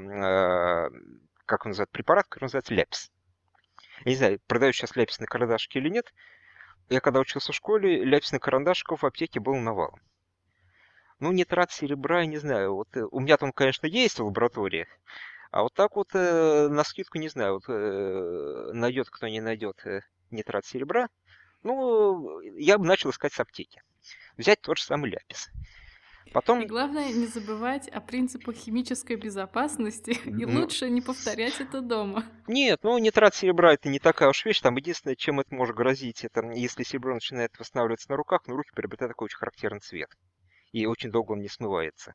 как он называется, препарата, который называется ляпис. Я не знаю, продают сейчас ляписные карандашики или нет. Я когда учился в школе, ляписных карандашиков в аптеке был навалом. Ну, нитрат серебра, я не знаю. Вот у меня там, конечно, есть в лаборатории, а вот так вот навскидку не знаю. Вот найдет кто не найдет нитрат серебра. Ну, я бы начал искать с аптеки. Взять тот же самый ляпис. И Потом, главное не забывать о принципах химической безопасности и ну, лучше не повторять это дома. нет, ну нитрат серебра это не такая уж вещь. Там единственное, чем это может грозить, это если серебро начинает восстанавливаться на руках, но руки приобретают такой очень характерный цвет. И очень долго он не смывается.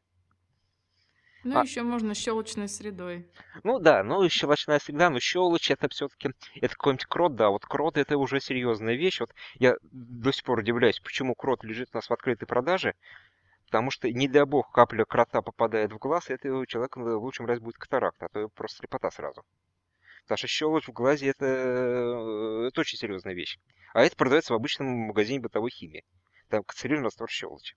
Ну, А, еще можно щелочной средой. ну да, ну щелочная среда, но щелочь это все-таки, это какой-нибудь крот, да, вот крот это уже серьезная вещь. Вот я до сих пор удивляюсь, почему крот лежит у нас в открытой продаже, потому что, не дай бог, капля крота попадает в глаз, и это у человека в лучшем разе будет катаракта, а то просто слепота сразу. Потому что щелочь в глазе это очень серьезная вещь. А это продается в обычном магазине бытовой химии. Там концентрированный раствор щелочи.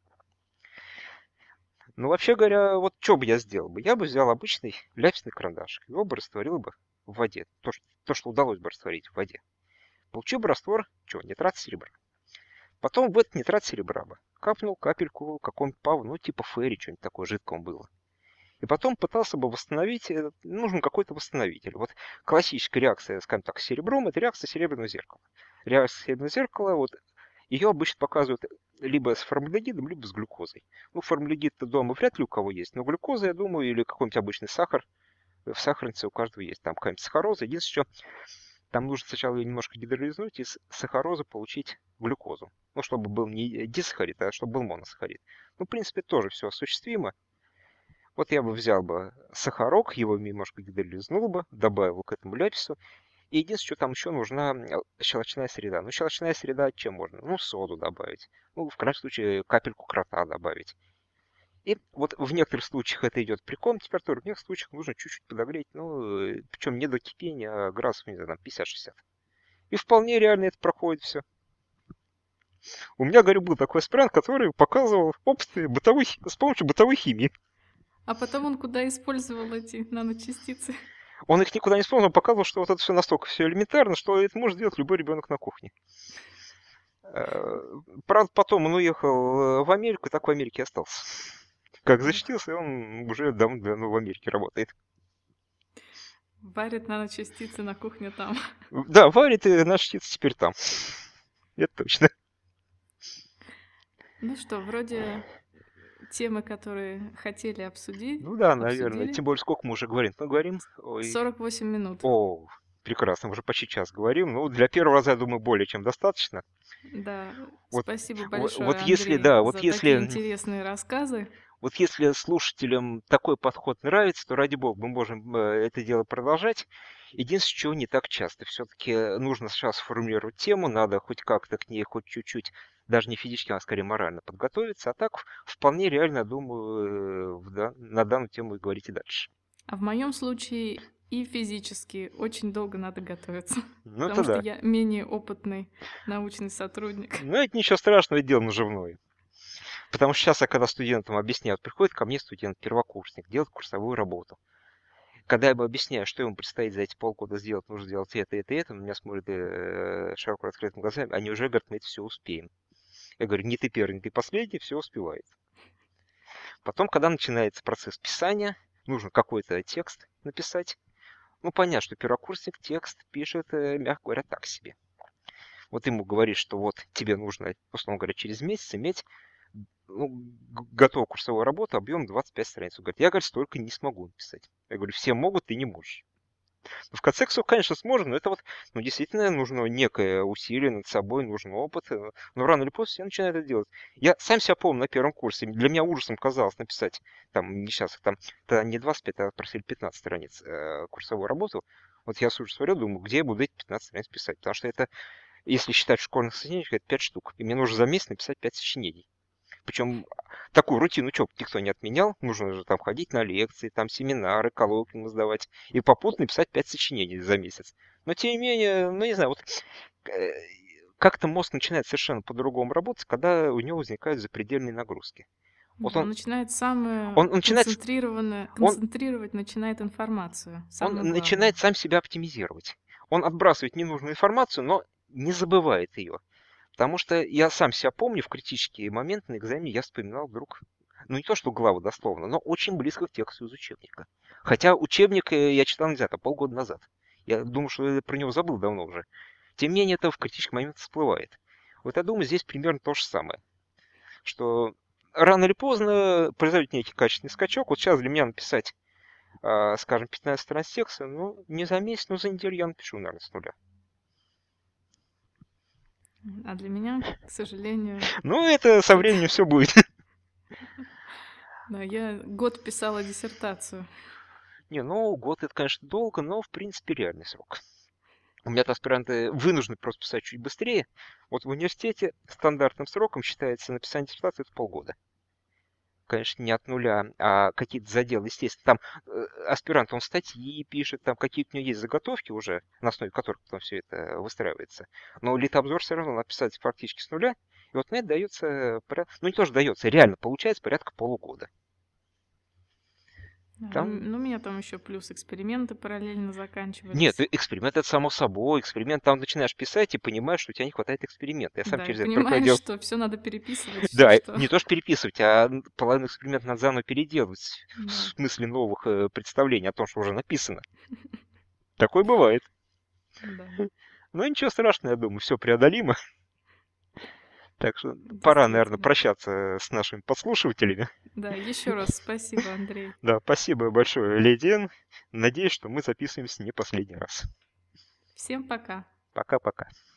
Ну, вообще говоря, вот что бы я сделал бы? Я бы взял обычный ляписный карандаш, его бы растворил бы в воде. То, что удалось бы растворить в воде. Получил бы раствор, что, нитрат серебра. Потом в этот нитрат серебра бы капнул капельку какого-нибудь ну, типа ферри, что-нибудь такое жидкое было. И потом пытался бы восстановить, нужен какой-то восстановитель. Вот классическая реакция, скажем так, с серебром, это реакция серебряного зеркала. Реакция серебряного зеркала, вот ее обычно показывают либо с формальдегидом, либо с глюкозой. Ну, формальдегид-то дома вряд ли у кого есть, но глюкоза, я думаю, или какой-нибудь обычный сахар, в сахарнице у каждого есть. Там какая-нибудь сахароза. Единственное, что там нужно сначала ее немножко гидролизнуть и с сахарозы получить глюкозу. Ну, чтобы был не дисахарид, а чтобы был моносахарид. Ну, в принципе, тоже все осуществимо. Вот я бы взял бы сахарок, его немножко гидролизнул бы, добавил к этому ляпису. И единственное, что там еще нужна щелочная среда. Ну, щелочная среда чем можно? Ну, соду добавить. Ну, в крайнем случае, капельку крота добавить. И вот в некоторых случаях это идет при комнатной температуре, в некоторых случаях нужно чуть-чуть подогреть, ну, причем не до кипения, а градусов, не знаю, там 50-60. И вполне реально это проходит все. У меня, говорю, был такой аспирант, который показывал опыты с помощью бытовой химии. А потом он куда использовал эти наночастицы? Он их никуда не вспомнил, он показывал, что вот это все настолько все элементарно, что это может сделать любой ребенок на кухне. Правда, потом он уехал в Америку, и так в Америке остался. Как защитился, он уже давно в Америке работает. Варит наночастицы на кухне там. Да, варит и наш птица теперь там. Это точно. Ну что, вроде темы, которые хотели обсудить, Ну да, наверное. обсудили. Тем более, сколько мы уже говорим? Ну, говорим. Ой. 48 минут. О, прекрасно, уже почти час говорим. Ну, для первого раза, я думаю, более чем достаточно. Да, Вот, спасибо вот, большое, вот если, Андрей, да, вот за такие если, интересные рассказы. Вот если слушателям такой подход нравится, то ради бога, мы можем это дело продолжать. Единственное, чего не так часто. Все-таки нужно сейчас сформулировать тему, надо хоть как-то к ней, хоть чуть-чуть, даже не физически, а скорее морально подготовиться. А так вполне реально, думаю, на данную тему и говорить и дальше. А в моем случае и физически очень долго надо готовиться, Ну, это потому что да. я менее опытный научный сотрудник. Но это ничего страшного, это дело наживное. Потому что сейчас, когда студентам объясняют, приходит ко мне студент-первокурсник, делать курсовую работу. Когда я ему объясняю, что ему предстоит за эти полгода сделать, нужно сделать это, это, это, на меня смотрят широко раскрытыми глазами, они уже говорят, мы это все успеем. Я говорю, не ты первый, не ты последний, все успевает. Потом, когда начинается процесс писания, нужно какой-то текст написать. Ну, понятно, что первокурсник текст пишет, мягко говоря, так себе. Вот ему говоришь, что вот тебе нужно, условно говоря, через месяц иметь готовую курсовую работу, объем 25 страниц. Он говорит, я, говорит, столько не смогу написать. Я говорю, все могут, ты не можешь. Ну, в конце концов, конечно, сможем, но это вот, ну, действительно нужно некое усилие над собой, нужен опыт. Но рано или поздно я начинаю это делать. Я сам себя помню на первом курсе. Для меня ужасом казалось написать, там, не сейчас, там, тогда не 25, а просили 15 страниц курсовую работу. Вот я с ужасом смотрел, думаю, где я буду эти 15 страниц писать? Потому что это, если считать в школьных сочинениях, это 5 штук. И мне нужно за месяц написать 5 сочинений. Причем такую рутину что никто не отменял. Нужно же там ходить на лекции, там семинары, коллоквиумы сдавать. И попутно писать 5 сочинений за месяц. Но тем не менее, ну не знаю, вот э, как-то мозг начинает совершенно по-другому работать, когда у него возникают запредельные нагрузки. Вот Да, он начинает он начинает, он, концентрировать начинает информацию, он самое начинает главное. сам себя оптимизировать. Он отбрасывает ненужную информацию, но не забывает ее. Потому что я сам себя помню, в критические моменты на экзамене я вспоминал вдруг, ну не то что главу дословно, но очень близко к тексту из учебника. Хотя учебник я читал, не знаю, там, полгода назад. Я думаю, что я про него забыл давно уже. Тем не менее, это в критический момент всплывает. Вот я думаю, здесь примерно то же самое. Что рано или поздно произойдет некий качественный скачок. Вот сейчас для меня написать, скажем, 15 страниц текста, ну, не за месяц, но за неделю я напишу, наверное, с нуля. А для меня, к сожалению, Ну, это со это... временем все будет. Да, я год писала диссертацию. Не, ну, год это, конечно, долго, но, в принципе, реальный срок. У меня-то аспиранты вынуждены просто писать чуть быстрее. Вот в университете стандартным сроком считается написание диссертации это полгода. Конечно, не от нуля, а какие-то заделы, естественно. Там аспирант, он статьи пишет, там какие-то у него есть заготовки уже, на основе которых потом все это выстраивается. Но литобзор все равно написать фактически с нуля. И вот на это дается, ну не то, что дается, реально получается порядка полугода. Да, Там ну, у меня там еще плюс эксперименты параллельно нет, заканчивались. эксперимент это само собой. Эксперимент там начинаешь писать и понимаешь, что у тебя не хватает эксперимента. Я сам Да, и через это понимаешь, проходил. что все надо переписывать, все, Да, что... не то что переписывать, а половину эксперимента надо заново переделывать в Да, смысле новых представлений о том, что уже написано. Такое бывает. да, Но ничего страшного, я думаю, все преодолимо. Так что пора, наверное, действительно. прощаться с нашими подслушивателями. Да, еще раз спасибо, Андрей. Да, спасибо большое, Леди Эн. Надеюсь, что мы записываемся не последний раз. Всем пока. Пока-пока.